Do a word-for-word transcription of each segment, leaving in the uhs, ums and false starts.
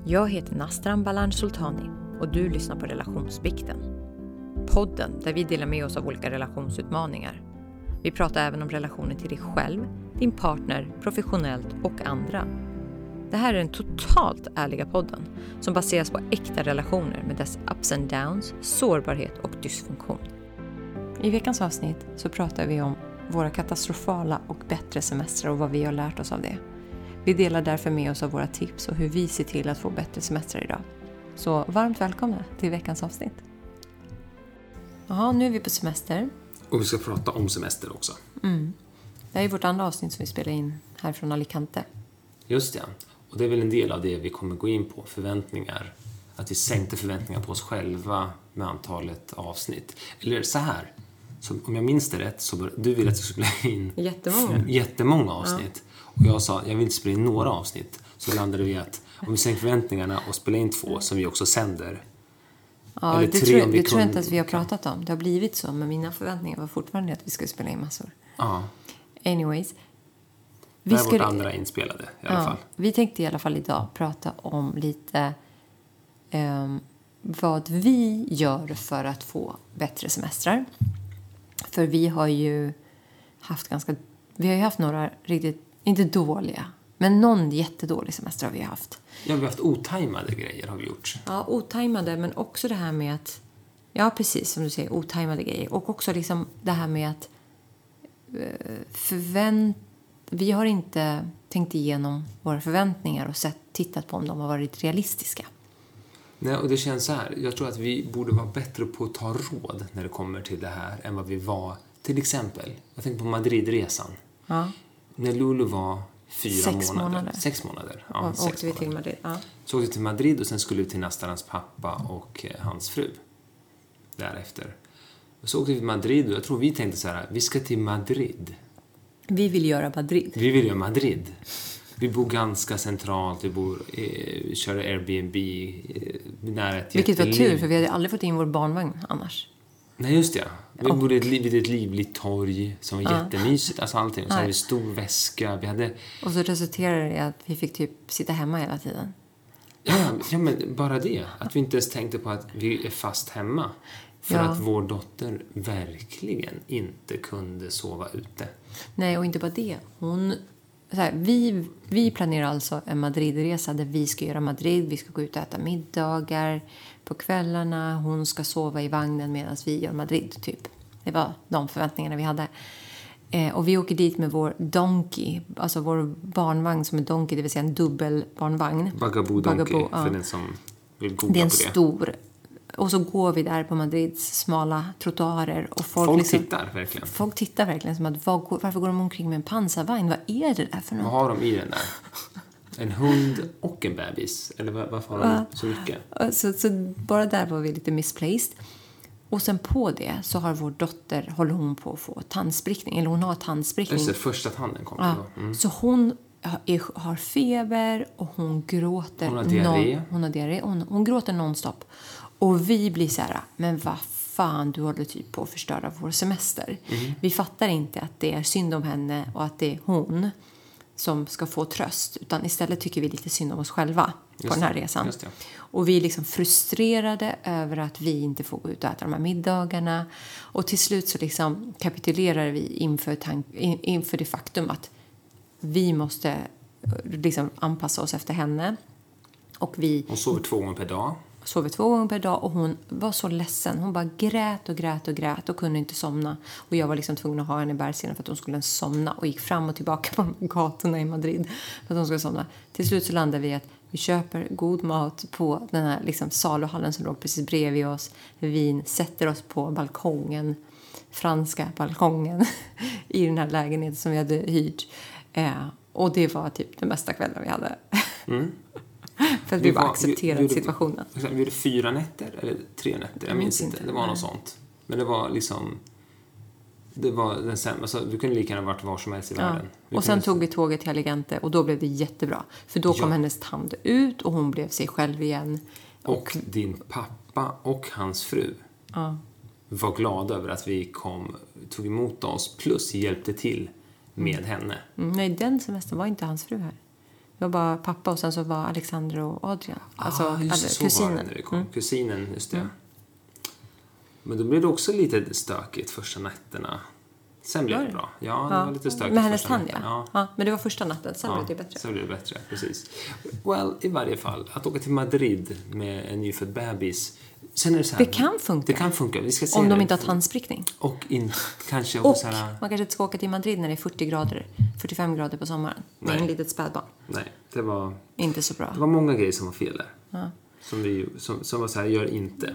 Jag heter Nastran Balan Sultani och du lyssnar på Relationsbikten. Podden där vi delar med oss av olika relationsutmaningar. Vi pratar även om relationer till dig själv, din partner, professionellt och andra. Det här är den totalt ärliga podden som baseras på äkta relationer med dess ups and downs, sårbarhet och dysfunktion. I veckans avsnitt så pratar vi om våra katastrofala och bättre semestrar och vad vi har lärt oss av det. Vi delar därför med oss av våra tips och hur vi ser till att få bättre semestrar idag. Så varmt välkomna till veckans avsnitt. Jaha, nu är vi på semester. Och vi ska prata om semester också. Mm. Det här är vårt andra avsnitt som vi spelar in här från Alicante. Just det. Och det är väl en del av det vi kommer gå in på. Förväntningar. Att vi sänkte förväntningar på oss själva med antalet avsnitt. Eller så här. Så om jag minns det rätt så bör, du vill att vi ska spela in jättemånga, jättemånga avsnitt. Ja. Och jag sa, jag vill inte spela in några avsnitt. Så landade vi att om vi sänker förväntningarna och spelar in två som vi också sänder. Ja, eller det, tre tror, om vi det tror jag inte kan, att vi har pratat om. Det har blivit så, men mina förväntningar var fortfarande att vi skulle spela in massor. Ja. Anyways. Vi det här är vårt andra inspelade i alla ja, fall. Vi tänkte i alla fall idag prata om lite um, vad vi gör för att få bättre semestrar. För vi har ju haft ganska, vi har ju haft några riktigt, inte dåliga, men någon jättedålig semester har vi haft. Ja, vi har haft otajmade grejer har vi gjort. Ja, otajmade, men också det här med att, ja precis som du säger, otajmade grejer. Och också liksom det här med att förvänt, vi har inte tänkt igenom våra förväntningar och sett, tittat på om de har varit realistiska. Nej, och det känns så här. Jag tror att vi borde vara bättre på att ta råd när det kommer till det här än vad vi var. Till exempel, jag tänker på Madridresan. Ja. När Lulu var fyra sex månader. månader. Sex månader. Ja, och sex åkte vi till Madrid. Ja. Så åkte vi till Madrid och sen skulle vi till Nastarans pappa och eh, hans fru. Därefter. Och så åkte vi till Madrid och jag tror vi tänkte så här. Vi ska till Madrid. Vi vill göra Madrid. Vi vill göra Madrid. Vi bor ganska centralt, vi bor, eh, kör Airbnb eh, nära ett Vilket var jätteliv. tur, för vi hade aldrig fått in vår barnvagn annars. Nej, just det. Vi och... bodde vid ett livligt torg som var ja. jättemysigt. Alltså allting. Och så hade vi stor väska. Vi hade... Och så resulterade det i att vi fick typ sitta hemma hela tiden. Ja, ja, men bara det. Att vi inte ens tänkte på att vi är fast hemma. För ja. att vår dotter verkligen inte kunde sova ute. Nej, och inte bara det. Hon... Så här, vi, vi planerar alltså en Madridresa där vi ska göra Madrid. Vi ska gå ut och äta middagar på kvällarna. Hon ska sova i vagnen medan vi gör Madrid, typ. Det var de förväntningarna vi hade. Eh, och vi åker dit med vår donkey. Alltså vår barnvagn som är donkey, det vill säga en dubbelbarnvagn. Bagaboo donkey, Bagaboo, för ja. den som vill googla det är en på det. Stor. Och så går vi där på Madrids smala trottoarer. Och folk folk liksom, tittar verkligen. Folk tittar verkligen som att var, varför går de omkring med en pansarvagn? Vad är det där för något? Vad har de i den där? En hund och en bebis? Eller varför har de ja. så mycket? Så, så bara där var vi lite misplaced. Och sen på det så har vår dotter, håller hon på att få tandsprickning. Eller hon har tandsprickning. Just det, första tanden kommer ja. då. Mm. Så hon är, har feber och hon gråter. Hon har diarré. Non, hon har diarré. Hon, hon gråter nonstop. Och vi blir så här, men vad fan, du håller typ på att förstöra vår semester. Mm. Vi fattar inte att det är synd om henne och att det är hon som ska få tröst. Utan istället tycker vi lite synd om oss själva på just den här det, resan. Just det. Och vi är liksom frustrerade över att vi inte får gå ut och äta de här middagarna. Och till slut så liksom kapitulerar vi inför, tank, inför det faktum att vi måste liksom anpassa oss efter henne. Och vi... Hon sover två gånger per dag. Sover två gånger per dag och hon var så ledsen. Hon bara grät och grät och grät och kunde inte somna. Och jag var liksom tvungen att ha henne i bärsidan för att hon skulle somna. Och gick fram och tillbaka på gatorna i Madrid för att hon skulle somna. Till slut så landade vi att vi köper god mat på den här liksom saluhallen som låg precis bredvid oss. Vin, sätter oss på balkongen, franska balkongen i den här lägenheten som vi hade hyrt. Eh, och det var typ den bästa kvällen vi hade. Mm. För att vi, vi bara accepterade vi, vi, situationen. Vi gjorde fyra nätter eller tre nätter, jag minns inte. Det var något sånt. Men det var liksom... Det var den sämsta. Alltså, vi kunde lika gärna varit var som helst i ja. världen. Vi och sen kunde... tog vi tåget till Alicante och då blev det jättebra. För då kom ja. hennes tand ut och hon blev sig själv igen. Och, och din pappa och hans fru ja. var glada över att vi kom, tog emot oss plus hjälpte till med mm. henne. Mm, nej, den semestern var inte hans fru här. Det var bara pappa och sen så var Alexander och Adrian. Alltså ah, just, så kusinen. Var det när vi kom. Mm. Kusinen, just det. Mm. Men då blev det också lite stökigt första nätterna. Sen blev det, det bra. Ja, det ja. var lite stökigt. Med hennes tand, ja. ja. Ja, men det var första natten. Sen ja, blev det bättre. Sen blev det bättre, precis. Well, i varje fall. Att åka till Madrid med en nyfödd bebis. Sen är det så här, det kan funka. Det kan funka. Vi ska se om de det. inte har tandsprickning. Och in, kanske och så här, man kanske inte ska åka till Madrid när det är fyrtio grader. fyrtiofem grader på sommaren. Nej. Med en litet spädbarn. Nej, det var... Inte så bra. Det var många grejer som var fel där. Ja. Som, vi, som, som var så här, gör inte.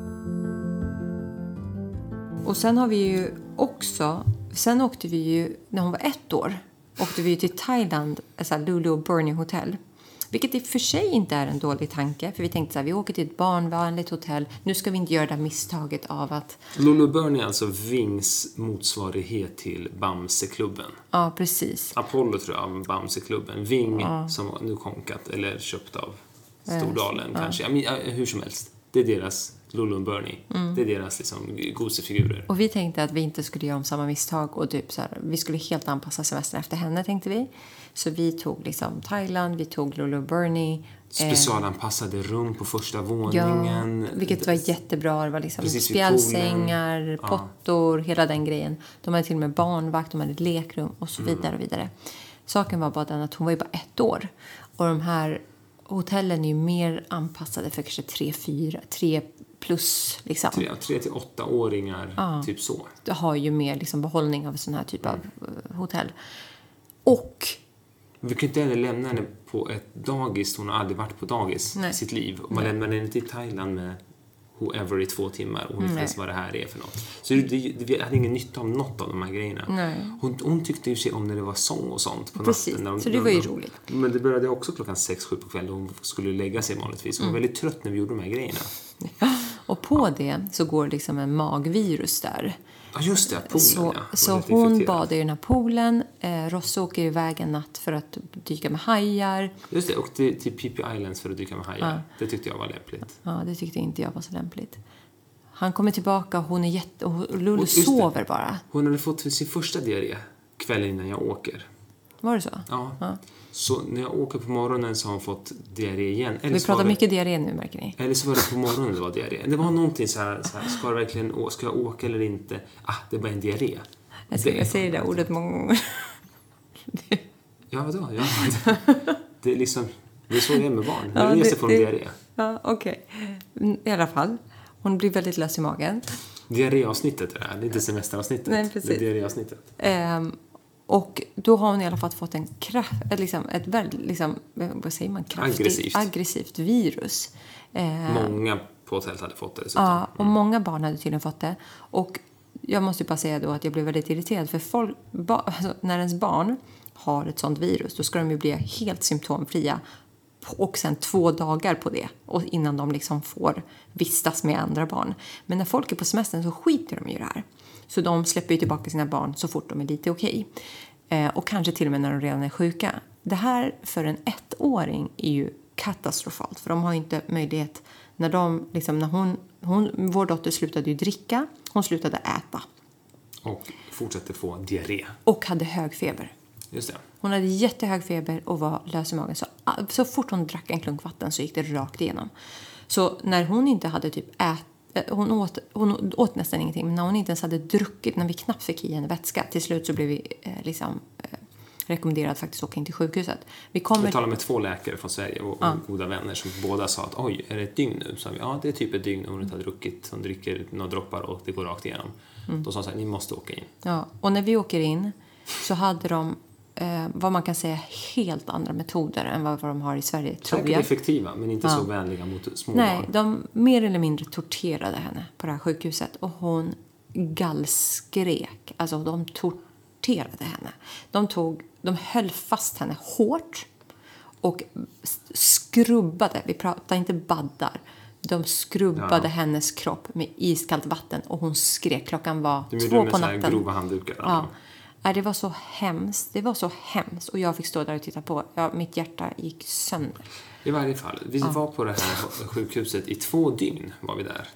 Och sen har vi ju också... Sen åkte vi ju, när hon var ett år, åkte vi ju till Thailand, alltså Lulu och Bernie hotell. Vilket i och för sig inte är en dålig tanke. För vi tänkte så här, vi åker till ett barnvänligt hotell. Nu ska vi inte göra det misstaget av att... Lulu och Bernie är alltså Vings motsvarighet till Bamseklubben. Ja, precis. Apollo tror jag, Bamseklubben. Ving ja. Som nu konkat, eller köpt av Stordalen ja. kanske. Ja, hur som helst. Det är deras Lulu och Bernie. Mm. Det är deras liksom gosefigurer. Och vi tänkte att vi inte skulle göra om samma misstag. Och typ så här, vi skulle helt anpassa semestern efter henne, tänkte vi. Så vi tog liksom Thailand, vi tog Lulu och Bernie. Specialanpassade rum på första våningen. Ja, vilket var jättebra. Det var liksom spjälsängar, pottor, ja. hela den grejen. De hade till och med barnvakt, de hade lekrum och så vidare och vidare. Saken var bara den att hon var ju bara ett år. Och de här hotellen är ju mer anpassade för kanske tre, fyra, tre plus liksom. Tre, tre till åtta åringar, ja. typ så. Det har ju mer liksom behållning av sån här typ mm. av hotell. Och vi kan inte heller lämna henne på ett dagis. Hon har aldrig varit på dagis Nej. i sitt liv. Och man Nej. lämnar henne till Thailand med whoever i två timmar. Och hon vet inte vad det här är för något. Så det, det, vi hade ingen nytta av något av de här grejerna. Nej. Hon, hon tyckte ju sig om när det var sång och sånt på Precis. natten. Precis, så det var ju roligt. Men det började också klockan sex, sju på kvällen. Hon skulle lägga sig vanligtvis. Hon var mm. väldigt trött när vi gjorde de här grejerna. Och på det så går liksom en magvirus där. Ja, just det. Poolen, så ja. så hon badar i den här poolen. Eh, Rosse åker iväg en natt för att dyka med hajar. Just det, och till, till Phi Phi Islands för att dyka med hajar. Ja. Det tyckte jag var lämpligt. Ja, det tyckte inte jag var så lämpligt. Han kommer tillbaka och hon är jätte... Och Lulu och sover bara. Hon hade fått sin första diarré kvällen innan jag åker. Var det så? Ja. ja. Så när jag åker på morgonen så har hon fått diarré igen. Eller vi pratar det, mycket diarré nu, märker ni. Eller så var det på morgonen det var diarré. Det var någonting så här, så här ska jag verkligen ska jag åka eller inte? Ah, det är bara en diarré. Jag, ska, jag säger det där ordet många gånger. Ja, vadå? Ja, det, det är liksom... Det är så det är med barn. Ja, det reser från diarré. Ja, okej. Okay. I alla fall. Hon blir väldigt lös i magen. Diarréavsnittet är det här. Det är inte semesteravsnittet. Nej, precis. Det är diarréavsnittet. Um, och då har hon i alla fall fått en kraft, liksom, ett väldigt, liksom, vad säger man? Kraftigt, aggressivt. aggressivt virus. Uh, många på hotellet hade fått det. Ja, och mm. många barn hade tydligen fått det. Och jag måste bara säga då att jag blev väldigt irriterad. För folk, ba, alltså, när ens barn har ett sånt virus, då ska de ju bli helt symptomfria. Och sen två dagar på det. Och innan de liksom får vistas med andra barn. Men när folk är på semestern så skiter de ju det här. Så de släpper ju tillbaka sina barn så fort de är lite okej. Eh, och kanske till och med när de redan är sjuka. Det här för en ettåring är ju katastrofalt. För de har ju inte möjlighet. När de, liksom, när hon, hon, vår dotter slutade ju dricka. Hon slutade äta. Och fortsatte få diarré. Och hade hög feber. Just det. Hon hade jättehög feber och var lös i magen. Så, så fort hon drack en klunk vatten så gick det rakt igenom. Så när hon inte hade typ ätit, hon åt, hon åt nästan ingenting. Men när hon inte ens hade druckit, när vi knappt fick i henne vätska. Till slut så blev vi eh, liksom eh, rekommenderade att faktiskt åka in till sjukhuset. Vi kommer... Vi talade med två läkare från Sverige och, ja. och goda vänner som båda sa att oj, är det ett dygn nu? Så vi, ja, det är typ ett dygn om hon inte har druckit. Hon dricker några droppar och det går rakt igenom. Mm. Då sa de så här, ni måste åka in. Ja, och när vi åker in så hade de eh, vad man kan säga helt andra metoder än vad, vad de har i Sverige, tror Säkert jag. effektiva, men inte ja. så vänliga mot små Nej, barn. de mer eller mindre torterade henne på det här sjukhuset. Och hon gallskrek. Alltså, de torterade henne. De tog, de höll fast henne hårt och skrubbade. Vi pratar inte baddar. De skrubbade ja. hennes kropp med iskallt vatten och hon skrek. Klockan var två på natten. Så grova handdukar. Ja. Ja, det var så hemskt. Det var så hemskt. Och jag fick stå där och titta på. Ja, mitt hjärta gick sönder. I varje fall. Vi ja. var på det här sjukhuset i två dygn var vi där.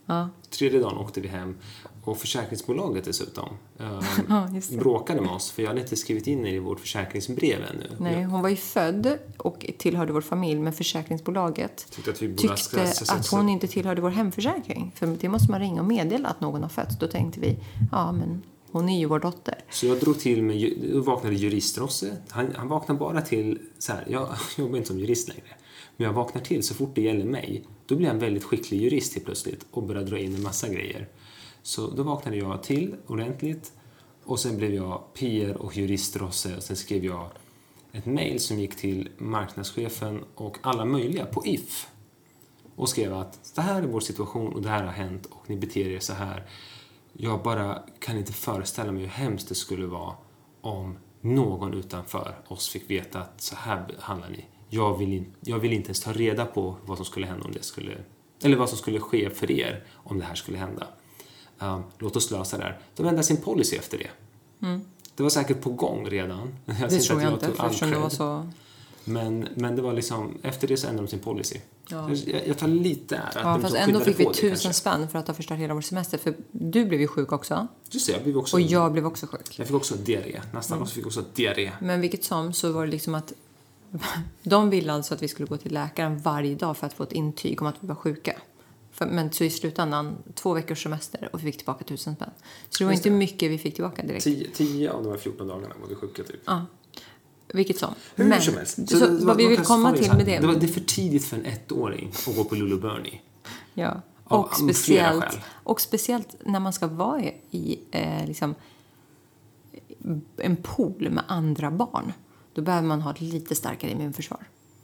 Ja. Tredje dagen åkte vi hem. Och försäkringsbolaget dessutom um, ja, just det. bråkade med oss. För jag hade inte skrivit in i vårt försäkringsbrev ännu. Nej, hon var ju född och tillhörde vår familj. Men försäkringsbolaget tyckte att, vi tyckte att hon inte tillhörde vår hemförsäkring. För det måste man ringa och meddela att någon har fötts. Då tänkte vi, ja men hon är ju vår dotter. Så jag drog till med, då vaknade jurister. Han, han vaknade bara till, så här, jag jobbar inte som jurist längre. Men jag vaknar till så fort det gäller mig. Då blir jag en väldigt skicklig jurist helt plötsligt. Och börjar dra in en massa grejer. Så då vaknade jag till ordentligt. Och sen blev jag P R och juristrosse. Och sen skrev jag ett mejl som gick till marknadschefen och alla möjliga på I F. Och skrev att det här är vår situation och det här har hänt och ni beter er så här. Jag bara kan inte föreställa mig hur hemskt det skulle vara om någon utanför oss fick veta att så här behandlar ni. Jag vill, in, jag vill inte ens ta reda på vad som skulle hända om det skulle, eller vad som skulle ske för er om det här skulle hända. Um, låt oss lösa det här. De ändrade sin policy efter det. Mm. Det var säkert på gång redan. Jag det tror jag, jag inte, eftersom det var så... Men, men det var liksom, efter det så ändrade de sin policy. Ja. Jag, jag tar lite är att ja, de fast så ändå fick vi tusen kanske. spänn för att ha förstört hela vår semester. För du blev ju sjuk också. Just det, jag blev också. Och jag blev också sjuk. Jag fick också diarré. Nästan mm. fick också diarré. Men vilket som så var det liksom att de ville alltså att vi skulle gå till läkaren varje dag för att få ett intyg om att vi var sjuka. För, men så i slutändan, två veckors semester och vi fick tillbaka tusen spänn. Så det var Just inte det. mycket vi fick tillbaka direkt. Tio, tio av de här fjorton dagarna var vi sjuka typ. Ja, vilket som. Hur men, som helst. Så, så, det, vad vi vill komma till med det. Det, var, det är för tidigt för en ettåring att gå på Lulu Bernie. Ja, och speciellt, och speciellt när man ska vara i eh, liksom, en pool med andra barn. Då behöver man ha ett lite starkare immunförsvar.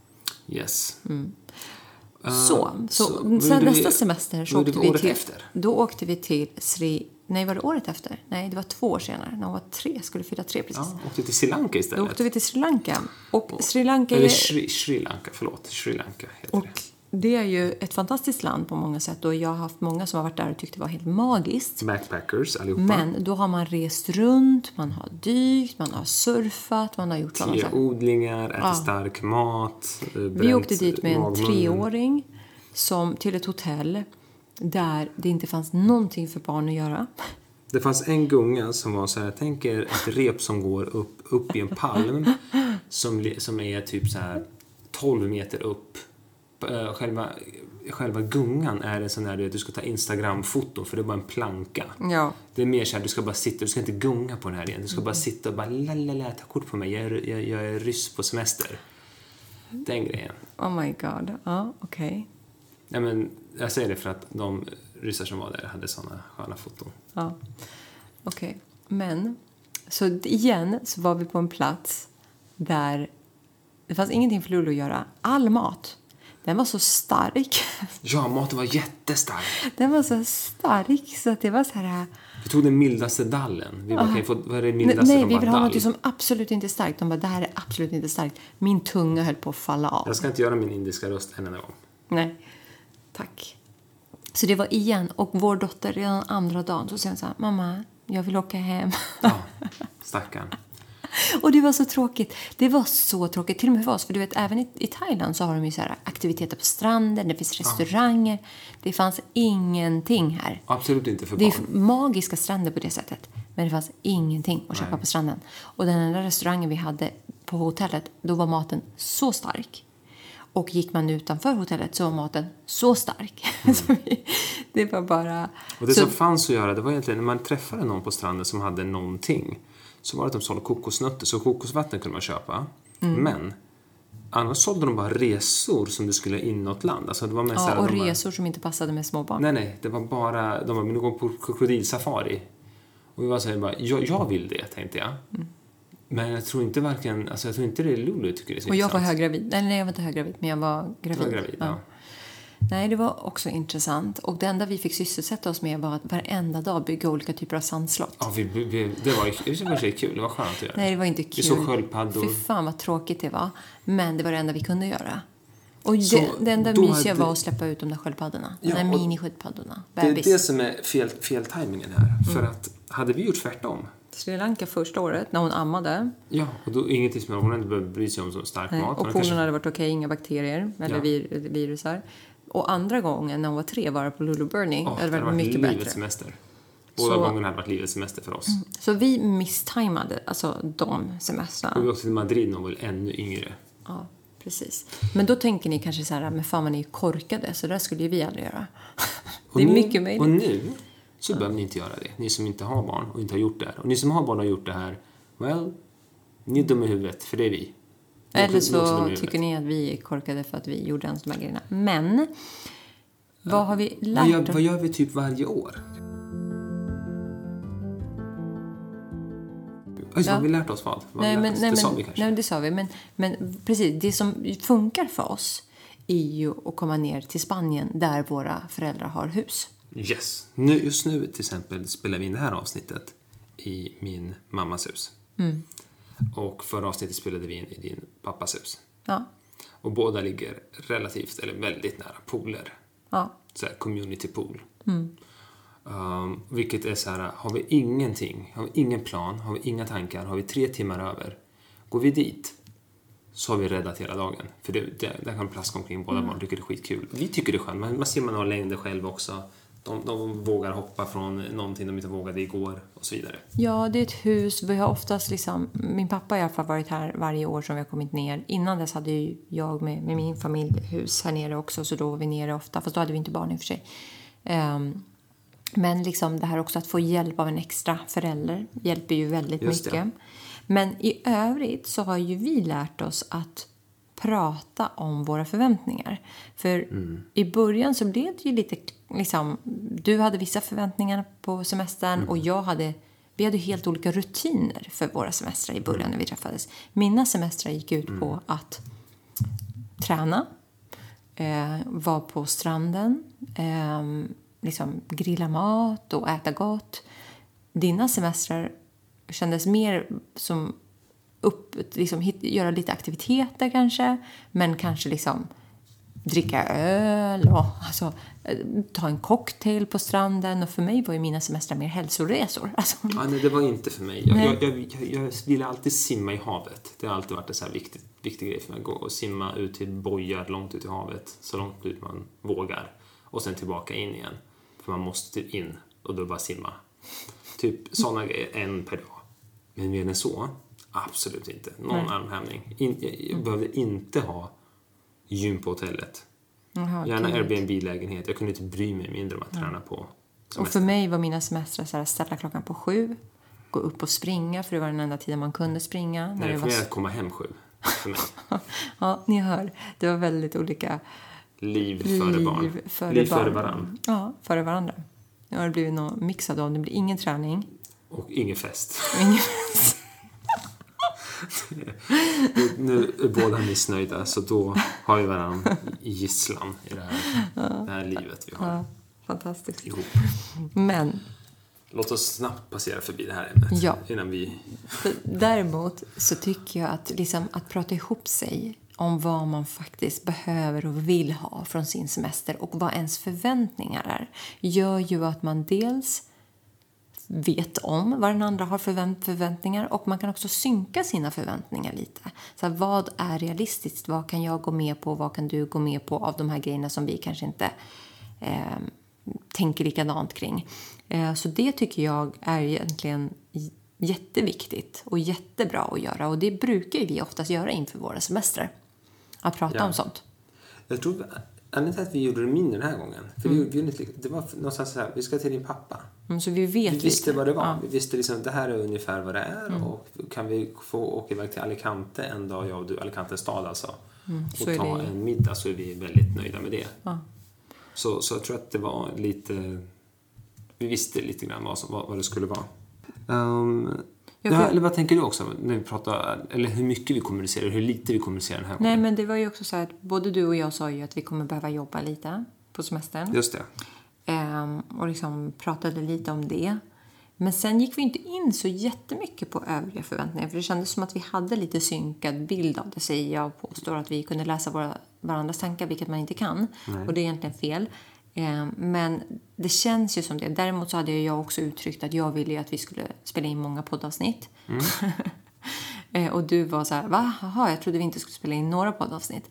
Yes. Mm. Så, så, så vi, sen nästa semester så åkte vi till, efter? Då åkte vi till Sri, nej var det året efter? Nej, det var två år senare, när hon var tre, skulle fylla tre precis. Ja, åkte till Sri Lanka istället. Då åkte vi till Sri Lanka. Och Sri Lanka Eller är, Sri, Sri Lanka, förlåt, Sri Lanka heter och det. Det är ju ett fantastiskt land på många sätt och jag har haft många som har varit där och tyckt det var helt magiskt. Backpackers allihopa. Men då har man rest runt, man har dykt, man har surfat, man har gjort sådana saker. Teodlingar, ätit ja. stark mat, bränt Vi åkte dit med en magmun. treåring som till ett hotell där det inte fanns någonting för barn att göra. Det fanns en gunga som var så här, jag tänker ett rep som går upp, upp i en palm som, som är typ så här tolv meter upp. Själva, själva gungan är en sån här du ska ta Instagram-foto för det är bara en planka. Ja. Det är mer så här, du ska bara sitta, du ska inte gunga på den här igen. Du ska mm. bara sitta och bara lalala, ta kort på mig. Jag är, jag, jag är ryss på semester. Den grejen. Oh my god, ja okej. Okay. Ja, men jag säger det för att de ryssar som var där hade såna sköna foton. Ja, okej. Okay. Men, så igen så var vi på en plats där det fanns ingenting för Lulu att göra. All mat, den var så stark. Ja, maten var jättestark. Den var så stark så att det var så här... Vi tog den mildaste dallen. Vi bara, uh, kan få, vad är det mildaste? Nej, de vi vill ha dall. Något som absolut inte är starkt. De bara, det här är absolut inte starkt. Min tunga höll på att falla av. Jag ska inte göra min indiska röst en enda gång. Nej, tack. Så det var igen. Och vår dotter redan andra dagen så säger så här, mamma, jag vill åka hem. Ja, stackarn. Och det var så tråkigt. Det var så tråkigt. Till och med för oss. För du vet, även i, i Thailand så har de ju så här aktiviteter på stranden. Det finns restauranger. Ja. Det fanns ingenting här. Absolut inte för barn. Det är magiska stränder på det sättet. Men det fanns ingenting att köpa Nej. på stranden. Och den enda restaurangen vi hade på hotellet, då var maten så stark. Och gick man utanför hotellet så var maten så stark. Mm. så vi, det var bara... Och det så... som fanns att göra, det var egentligen när man träffade någon på stranden som hade någonting. Så var det att de sålde kokosnötter. Så kokosvatten kunde man köpa. Mm. Men annars sålde de bara resor som du skulle inåt land. Alltså det var mest ja, och de resor bara... som inte passade med små barn. Nej, nej. Det var bara... De var med någon på krokodilsafari. Och vi var så här bara, jag, jag vill det, tänkte jag. Mm. Men jag tror inte varken... Alltså jag tror inte det är Lulu tycker det är så Och jag var intressant. höggravid. Nej, nej, jag var inte höggravid. Men jag var gravid. Du var gravid, ja. ja. Nej, det var också intressant. Och det enda vi fick sysselsätta oss med var att varenda dag bygga olika typer av sandslott. Ja, vi, vi, det var det var kul. Det var skönt att göra. Nej, det var inte kul. Vi såg sköldpaddor. Fy fan vad tråkigt det var. Men det var det enda vi kunde göra. Och det, det enda mysiga hade... var att släppa ut de där sköldpaddorna. Ja, de där minisköldpaddorna. Det är det som är fel, fel timingen här. Mm. För att hade vi gjort tvärtom. Sri Lanka första året när hon ammade. Ja, och då ingenting som hon inte behövde bry sig om så stark Nej, mat. Och poolen kanske... hade varit okej, okay, inga bakterier eller ja. vir, virusar. Och andra gången när hon var tre var på Lulu Burning. Oh, det hade varit, varit mycket livets bättre. semester. Båda så, gångerna hade varit livets semester för oss. Så vi misstajmade alltså de semestrarna. Och vi åkte till Madrid när hon var ännu yngre. Ja, precis. Men då tänker ni kanske så här, men fan man är ju korkade, så där skulle ju vi aldrig göra. Det är nu, mycket möjligt. Och nu så ja. behöver ni inte göra det. Ni som inte har barn och inte har gjort det här. Och ni som har barn och har gjort det här, well, ni är dumma i huvudet, för det är vi. Ni Eller så är tycker ni att vi är korkade för att vi gjorde ens de här grejerna. Men, ja. vad har vi lärt vad gör, vad gör vi typ varje år? Alltså, ja. Har vi lärt oss vad? vad nej, men, nej, det men, sa vi kanske. Nej, det sa vi. Men, men precis, det som funkar för oss är ju att komma ner till Spanien där våra föräldrar har hus. Yes. Nu, just nu till exempel spelar vi in det här avsnittet i min mammas hus. Mm. Och förra avsnittet spelade vi in i din pappas hus. Ja. Och båda ligger relativt, eller väldigt nära pooler. Ja. Så här, community pool. Mm. Um, vilket är så här, har vi ingenting, har vi ingen plan, har vi inga tankar, har vi tre timmar över, går vi dit så har vi räddat hela dagen. För det, det, där kan plaska omkring, båda mm. barn tycker det är skitkul. Vi tycker det är skönt, man, man ser man har längder själv också. De, de vågar hoppa från någonting de inte vågade igår och så vidare. Ja, det är ett hus. Vi har oftast liksom, min pappa har i alla fall varit här varje år som vi har kommit ner. Innan dess hade ju jag med, med min familj hus här nere också, så då var vi nere ofta. Fast då hade vi inte barn i och för sig. Um, men liksom det här också att få hjälp av en extra förälder hjälper ju väldigt Just mycket. Det. Men i övrigt så har ju vi lärt oss att prata om våra förväntningar. För mm. i början så blev det ju lite liksom, du hade vissa förväntningar på semestern mm. och jag hade, vi hade helt olika rutiner för våra semestrar i början mm. när vi träffades. Mina semestrar gick ut mm. på att träna, eh, vara på stranden, eh, liksom grilla mat och äta gott. Dina semestrar kändes mer som upp, liksom, hit, göra lite aktiviteter kanske, men kanske liksom dricka öl och alltså, ta en cocktail på stranden. Och för mig var ju mina semestrar mer hälsoresor. Alltså. Ja, nej, det var inte för mig. Jag, jag, jag, jag, jag ville alltid simma i havet. Det har alltid varit en så här viktig, viktig grej för mig. Att gå och simma ut till bojar långt ut i havet. Så långt ut man vågar. Och sen tillbaka in igen. För man måste typ in och då bara simma. Typ sådana grejer en per dag. Men mer än så, absolut inte. Någon Nej. armhävning. In, jag jag mm. behövde inte ha gym på hotellet. Aha, Gärna okay. Airbnb-lägenhet. Jag kunde inte bry mig mindre om att träna på semester. Och för mig var mina semestrar så här, ställa klockan på sju. Gå upp och springa, för det var den enda tiden man kunde springa. Nej, när det för var... mig att komma hem sju. För mig. Ja, ni hör. Det var väldigt olika... Liv före Liv barn. Före Liv barn. före varandra. Ja, före varandra. Nu har det blivit något mixat av. Det blir ingen träning. Och ingen fest. Ingen fest. Nu är båda missnöjda, så då har vi varandra i gisslan i det här, ja. det här livet vi har. Ja, fantastiskt. Ihop. Men låt oss snabbt passera förbi det här ämnet. Ja. Innan vi... Däremot så tycker jag att, liksom, att prata ihop sig om vad man faktiskt behöver och vill ha från sin semester och vad ens förväntningar är, gör ju att man dels vet om vad den andra har förvänt- förväntningar och man kan också synka sina förväntningar lite. Så här, vad är realistiskt? Vad kan jag gå med på? Vad kan du gå med på av de här grejerna som vi kanske inte eh, tänker likadant kring? Eh, så det tycker jag är egentligen jätteviktigt och jättebra att göra. Och det brukar vi oftast göra inför våra semestrar. Att prata ja. om sånt. Jag tror anledningen till att vi gjorde det mindre den här gången. För mm. vi, vi, det var någonstans så här, vi ska till din pappa. Mm, så vi vet vi visste lite. vad det var. Ja. Vi visste liksom, det här är ungefär vad det är. Mm. Och kan vi få åka iväg till Alicante en dag, jag och du, Alicante stad alltså. Mm, och ta det... en middag, så är vi väldigt nöjda med det. Ja. Så, så jag tror att det var lite... Vi visste lite grann vad, som, vad, vad det skulle vara. Um, ja, för... Eller vad tänker du också när vi pratar, eller hur mycket vi kommunicerar, hur lite vi kommunicerar den här gången? Nej, men det var ju också så att både du och jag sa ju att vi kommer behöva jobba lite på semestern. Just det. Um, och liksom pratade lite om det. Men sen gick vi inte in så jättemycket på övriga förväntningar. För det kändes som att vi hade lite synkad bild av det. Säger jag och påstår att vi kunde läsa våra, varandras tankar, vilket man inte kan. Nej. Och det är egentligen fel. Um, men det känns ju som det. Däremot så hade jag också uttryckt att jag ville att vi skulle spela in många poddavsnitt. Mm. uh, och du var så här, va? Jaha, jag trodde vi inte skulle spela in några poddavsnitt.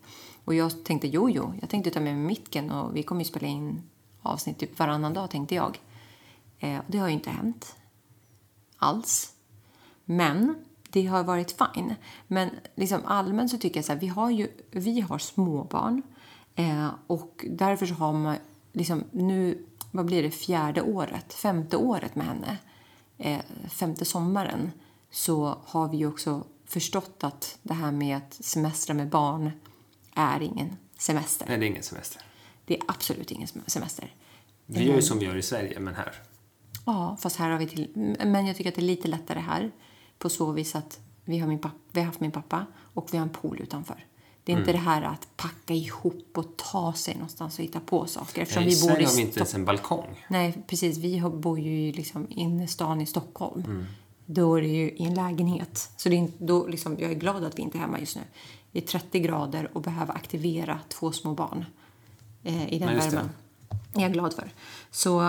Och jag tänkte, jo, jo, jag tänkte ta med mig micken och vi kommer ju spela in avsnitt typ varannan dag, tänkte jag. Eh, och det har ju inte hänt alls. Men det har varit fine. Men liksom allmänt så tycker jag så här, vi har ju, vi har småbarn. Eh, och därför så har man liksom nu, vad blir det, fjärde året, femte året med henne. Eh, femte sommaren. Så har vi ju också förstått att det här med att semestra med barn är ingen semester. Nej, det är ingen semester. Det är absolut ingen semester. Vi gör ju som vi gör i Sverige, men här. Ja, fast här har vi till... Men jag tycker att det är lite lättare här. På så vis att vi har, min pappa, vi har haft min pappa och vi har en pool utanför. Det är mm. inte det här att packa ihop och ta sig någonstans och hitta på saker. Eftersom Nej, vi i bor Sverige i har vi inte ens en balkong. Nej, precis. Vi bor ju liksom innerstan i Stockholm. Mm. Då är det ju i en lägenhet. Så det är inte, då liksom, jag är glad att vi inte är hemma just nu. Det är trettio grader och behöver aktivera två små barn eh, i den värmen. Det är jag glad för. Så,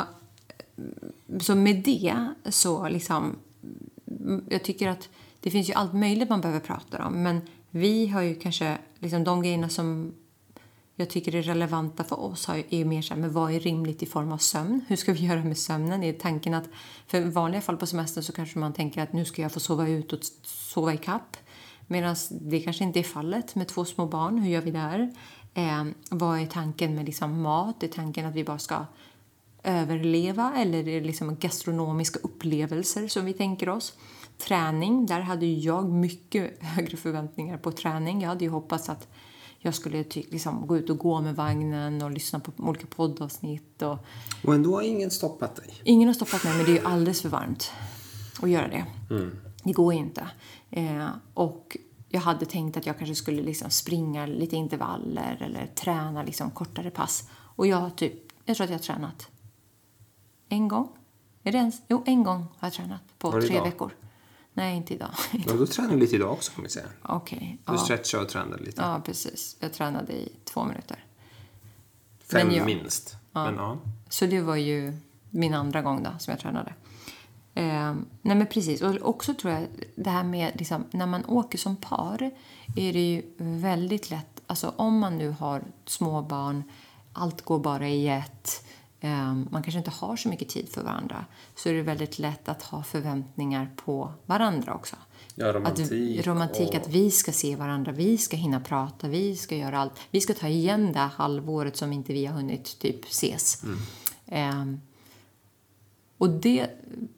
så med det så liksom... Jag tycker att det finns ju allt möjligt man behöver prata om. Men vi har ju kanske... Liksom de grejerna som jag tycker är relevanta för oss är ju mer så här, men vad är rimligt i form av sömn? Hur ska vi göra med sömnen? Är tanken att... För i vanliga fall på semestern så kanske man tänker att nu ska jag få sova ut och sova i kapp. Medan det kanske inte är fallet med två små barn. Hur gör vi där? Eh, vad är tanken med liksom mat? Är tanken att vi bara ska överleva? Eller är det liksom gastronomiska upplevelser som vi tänker oss? Träning, där hade jag mycket högre förväntningar på träning. Jag hade ju hoppats att jag skulle ty- liksom gå ut och gå med vagnen och lyssna på olika poddavsnitt. Och, och ändå har ingen stoppat dig. Ingen har stoppat mig, men det är ju alldeles för varmt att göra det. Mm. Det går inte. Eh, och jag hade tänkt att jag kanske skulle liksom springa lite intervaller eller träna liksom kortare pass. Och jag har typ, jag tror att jag har tränat en gång. Är det ens? Jo, en gång har jag tränat på tre idag? veckor. Nej, inte idag. Ja, då tränar du lite idag också, kan vi säga. Okej. Okay, du ja. stretchar och tränar lite. Ja, precis. Jag tränade i två minuter. Fem jag, minst. Ja. Men, ja. Så det var ju min andra gång då som jag tränade. Eh, nej men precis. Och också tror jag det här med liksom, när man åker som par är det ju väldigt lätt. Alltså om man nu har små barn, allt går bara i ett. Um, man kanske inte har så mycket tid för varandra, så är det väldigt lätt att ha förväntningar på varandra också. Ja, romantik. Att, romantik, och... att vi ska se varandra, vi ska hinna prata, vi ska göra allt. Vi ska ta igen det halvåret som inte vi har hunnit typ ses. Mm. Um, och det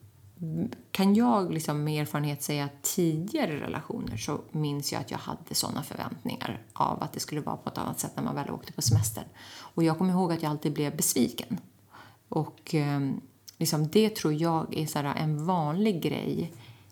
kan jag liksom med erfarenhet säga att tidigare relationer så minns jag att jag hade sådana förväntningar av att det skulle vara på ett annat sätt när man väl åkte på semester. Och jag kommer ihåg att jag alltid blev besviken. Och eh, liksom det tror jag är så här en vanlig grej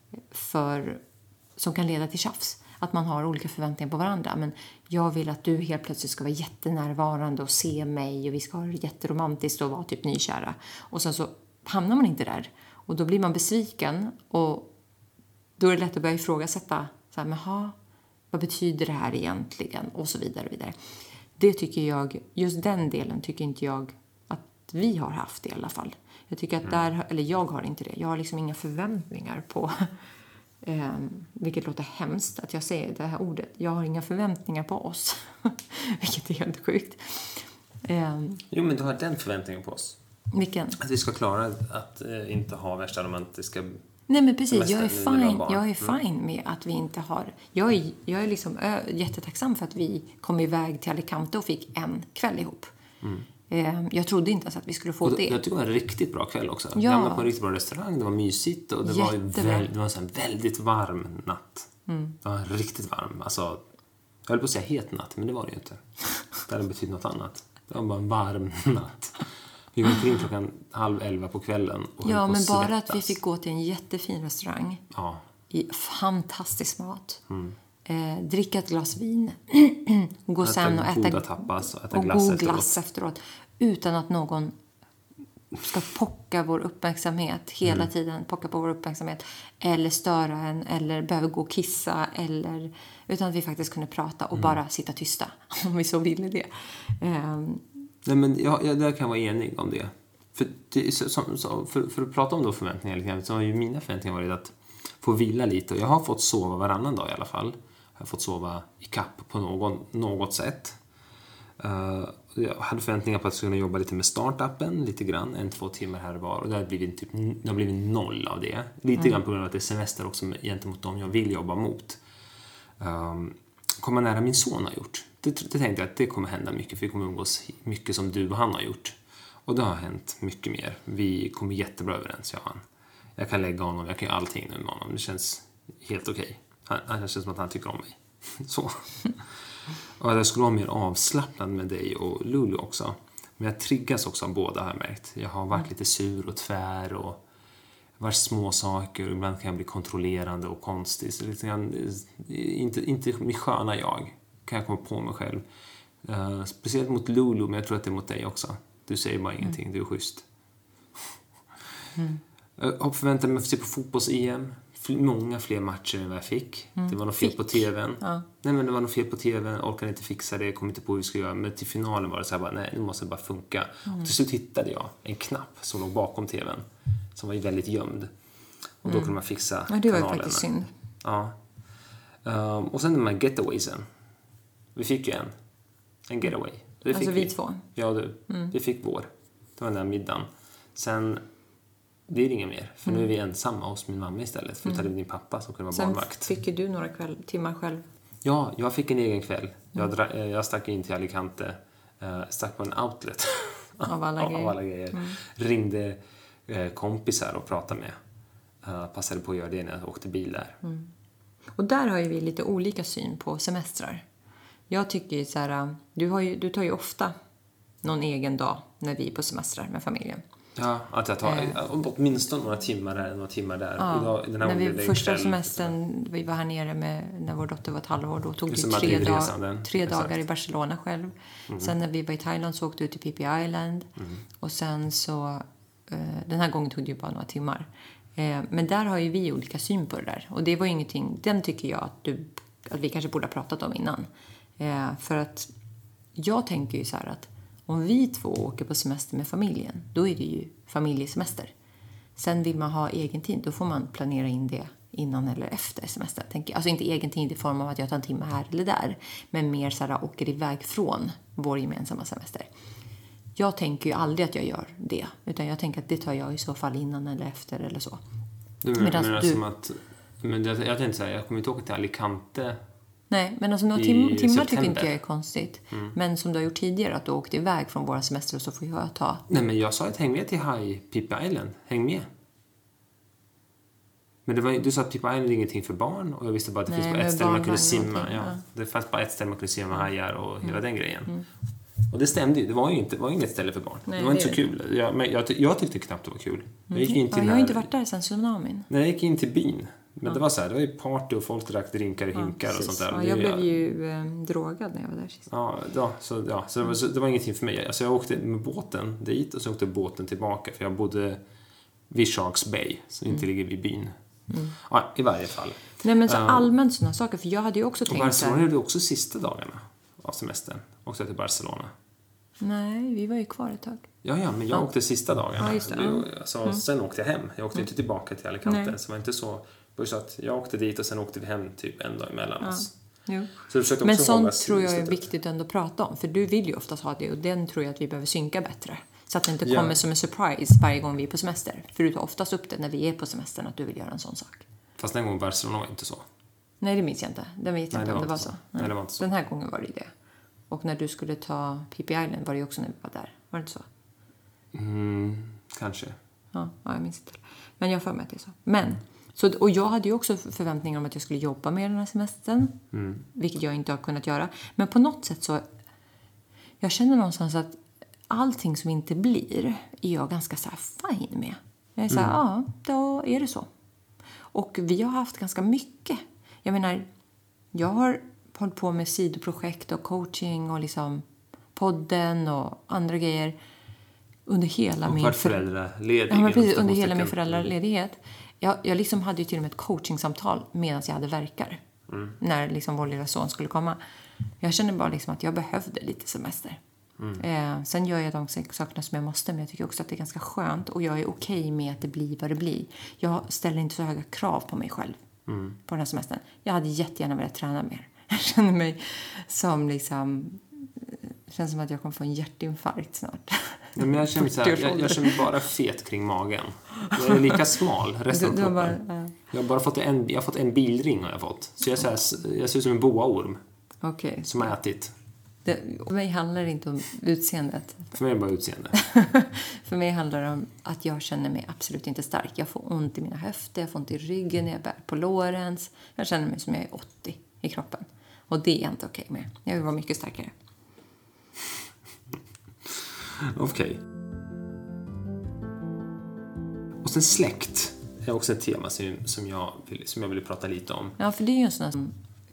för, som kan leda till tjafs. Att man har olika förväntningar på varandra. Men jag vill att du helt plötsligt ska vara jättenärvarande och se mig och vi ska ha det jätteromantiskt och vara typ nykära. Och sen så hamnar man inte där. Och då blir man besviken och då är det lätt att börja ifrågasätta. Så här, men ha, vad betyder det här egentligen? Och så vidare och vidare. Det tycker jag, just den delen tycker inte jag att vi har haft i alla fall. Jag tycker att mm. där, eller jag har inte det. Jag har liksom inga förväntningar på, eh, vilket låter hemskt att jag säger det här ordet. Jag har inga förväntningar på oss, vilket är helt sjukt. Eh, jo, men du har den förväntningen på oss. Vilken? Att vi ska klara att eh, inte ha värsta romantiska... Nej men precis, jag är fine, jag är fine med att vi inte har... Jag är, jag är liksom ö, jättetacksam för att vi kom iväg till Alicante och fick en kväll ihop. Mm. Eh, jag trodde inte ens att vi skulle få då, det. Jag tycker det var en riktigt bra kväll också. Ja. Vi hamnade på en riktigt bra restaurang, det var mysigt och det var, väl, det var en väldigt varm natt. Mm. Det var riktigt varm, alltså... Jag höll på att säga het natt, men det var det ju inte. Det hade betytt något annat. Det var bara en varm natt. Vi var in klockan halv elva på kvällen. Och ja, men bara svettas. att vi fick gå till en jättefin restaurang. Ja. I fantastisk mat. Mm. Eh, dricka ett glas vin. gå äta sen och äta, tapas och äta och glass, god efteråt. glass efteråt. Utan att någon ska pocka vår uppmärksamhet. Hela mm. tiden pocka på vår uppmärksamhet. Eller störa en. Eller behöver gå och kissa. Eller, utan att vi faktiskt kunde prata och mm. bara sitta tysta. Om vi så ville det. Eh, Nej, men jag, jag där kan jag vara enig om det. För, det, så, så, för, för att prata om då förväntningar så har ju mina förväntningar varit att få vila lite. Och jag har fått sova varannan dag i alla fall. Jag har fått sova i kapp på någon, något sätt. Uh, jag hade förväntningar på att jag skulle jobba lite med startupen, lite grann, en, två timmar här och var. Och det har blivit, typ, det har blivit noll av det. Lite mm. grann på grund av att det är semester också gentemot dem jag vill jobba mot. Um, komma nära min son har gjort. Det, det tänkte jag att det kommer hända mycket, för vi kommer umgås mycket som du och han har gjort. Och det har hänt mycket mer. Vi kommer jättebra överens, jag och han. Jag kan lägga honom, jag kan göra allting nu med honom. Det känns helt okej. Okay. Han, han känns som att han tycker om mig. Så. Och jag skulle vara mer avslappnad med dig och Lulu också. Men jag triggas också av båda, har jag märkt. Jag har varit lite sur och tvär och varit små saker. Ibland kan jag bli kontrollerande och konstig. Så lite grann, inte, inte min sköna jag kan jag komma på mig själv. Uh, speciellt mot Lulu, men jag tror att det är mot dig också. Du säger bara ingenting, mm. du är schysst. Mm. Jag har förväntat mig att se på fotbolls-E M. Många fler matcher än vad jag fick. Mm. Det var något fel fick. på tvn. Ja. Nej, men det var något fel på tvn. Jag orkade inte fixa det. Jag kom inte på hur vi skulle göra. Men till finalen var det så här bara, nej, nu måste det bara funka. Mm. Och till slut hittade jag en knapp som låg bakom tvn. Som var väldigt gömd. Och då mm. kunde man fixa ja, det var ju faktiskt synd. Ja. Um, och sen de här getawaysen. Vi fick ju en. En getaway. Det alltså vi, vi två? Ja, du. Mm. Vi fick vår. Det var den där middagen. Sen blir det inget mer. För mm. nu är vi ensamma hos min mamma istället. För att mm. ta din pappa som kunde vara barnvakt. Sen fick ju du några kväll, timmar själv. Ja, jag fick en egen kväll. Jag, dra, jag stack in till Alicante. Uh, stack på en outlet. Av alla grejer. Av alla grejer. Mm. Ringde uh, kompisar och pratade med. Uh, passade på att göra det när jag åkte bil där. Mm. Och där har ju vi lite olika syn på semestrar. Jag tycker ju så här, du, har ju, du tar ju ofta någon egen dag när vi är på semestrar med familjen. Ja, att jag tar eh, åtminstone några timmar där, några timmar där. Ja, Idag, den här när vi första kväll, semestern, vi var här nere med, när vår dotter var ett halvår, då tog vi tre, dag, tre dagar i Barcelona själv. Mm. Sen när vi var i Thailand så åkte vi till Phi Phi Island. Mm. Och sen så, eh, den här gången tog det ju bara några timmar. Eh, men där har ju vi olika syn på det där. Och det var ju ingenting, den tycker jag att, du, att vi kanske borde ha pratat om innan. Eh, för att jag tänker ju så här att om vi två åker på semester med familjen, då är det ju familjesemester. Sen vill man ha egen tid, då får man planera in det innan eller efter semester. Tänker jag. Alltså inte egen tid i form av att jag tar en timme här eller där, men mer så här åker iväg från vår gemensamma semester. Jag tänker ju aldrig att jag gör det, utan jag tänker att det tar jag i så fall innan eller efter eller så. Du menar du... som att, men jag, jag tänkte säga, jag kommer inte åka till Alicante. Nej, men alltså några tim- timmar tycker inte jag är konstigt. Mm. Men som du har gjort tidigare, att du åkte iväg från våra semester, så får jag ta... Nej, men jag sa att häng med till High Phi Island. Häng med. Men det var, du sa att Phi Island är ingenting för barn. Och jag visste bara att det Nej, finns bara ett ställe man kunde simma. Ja, ja. Det fanns bara ett ställe man kunde simma hajar och hela mm. den grejen. Mm. Och det stämde ju. Det var ju inte, var inget ställe för barn. Nej, det var det inte så kul. Jag, men jag, jag tyckte knappt det var kul. Jag, gick in till ja, jag har inte varit där sen tsunamin. Nej, jag gick in till byn. Men ja. det var så här, det var ju party och folk drack drinkar och ja, hinkar precis. och sånt där. Ja, jag blev ju eh, drogad när jag var där sist. Ja, ja, så, ja, så, det var, så det var ingenting för mig. Alltså jag åkte med båten dit och så åkte båten tillbaka. För jag bodde vid Sharks Bay, som inte mm. ligger vid byn. Mm. Ja, i varje fall. Nej, men så uh, allmänt sådana saker, för jag hade ju också tänkt... Och Barcelona gjorde också sista dagarna av semestern. Åkte till Barcelona. Nej, vi var ju kvar ett tag. Ja, ja, men jag ja. åkte sista dagarna. Ja, just det. Vi, alltså, mm. Sen åkte jag hem. Jag åkte mm. inte tillbaka till Alicante. Nej. Så det var inte så... Så att jag åkte dit och sen åkte vi hem typ en dag emellan ja. oss. Jo. Så också men sånt tror jag är viktigt ändå att prata om. För du vill ju oftast ha det, och den tror jag att vi behöver synka bättre. Så att det inte ja. kommer som en surprise varje gång vi är på semester. För du tar oftast upp det när vi är på semestern att du vill göra en sån sak. Fast den gången Barcelona var inte så. Nej, det minns jag inte. Den vet jag Nej, inte om det var så. så. Nej, det var inte så. Den här gången var det det. Och när du skulle ta Phi Phi Island var det också när vi var där. Var det inte så? Mm, kanske. Ja, ja, jag minns inte. Men jag får med att det är så. Men... Så, och jag hade ju också förväntningar om att jag skulle jobba med den här semestern. Mm. Vilket jag inte har kunnat göra. Men på något sätt så... Jag känner någonstans att allting som inte blir är jag ganska så här fine med. Jag är så här, mm. ja, då är det så. Och vi har haft ganska mycket. Jag menar, jag har hållit på med sidoprojekt och coaching och liksom podden och andra grejer under hela och min... föräldraledighet. Ja, precis, under hela min föräldraledighet. Jag, jag liksom hade ju till och med ett coachingsamtal medan jag hade verkar. Mm. När liksom vår lilla son skulle komma. Jag kände bara liksom att jag behövde lite semester. Mm. Eh, sen gör jag de sakerna som jag måste. Men jag tycker också att det är ganska skönt. Och jag är okej med att det blir vad det blir. Jag ställer inte så höga krav på mig själv. Mm. På den här semestern. Jag hade jättegärna velat träna mer. Jag känner mig som liksom... Känns som att jag kommer få en hjärtinfarkt snart. Nej, men jag, känner så här, jag, jag känner bara fet kring magen. Jag är lika smal resten av kroppen. Bara, uh. Jag har bara fått en, jag har fått en bilring har jag fått. Så jag, så här, jag ser ut som en boaorm. Okay. Som har ätit. Det, för mig handlar det inte om utseendet. För mig är det bara utseende. För mig handlar det om att jag känner mig absolut inte stark. Jag får ont i mina höfter, jag får ont i ryggen när jag bär på lårens. Jag känner mig som jag är åttio i kroppen. Och det är inte okej med. Jag vill vara mycket starkare. Okej. Okay. Och sen släkt är också ett tema som, som, jag vill, som jag vill prata lite om. Ja, för det är ju en sån som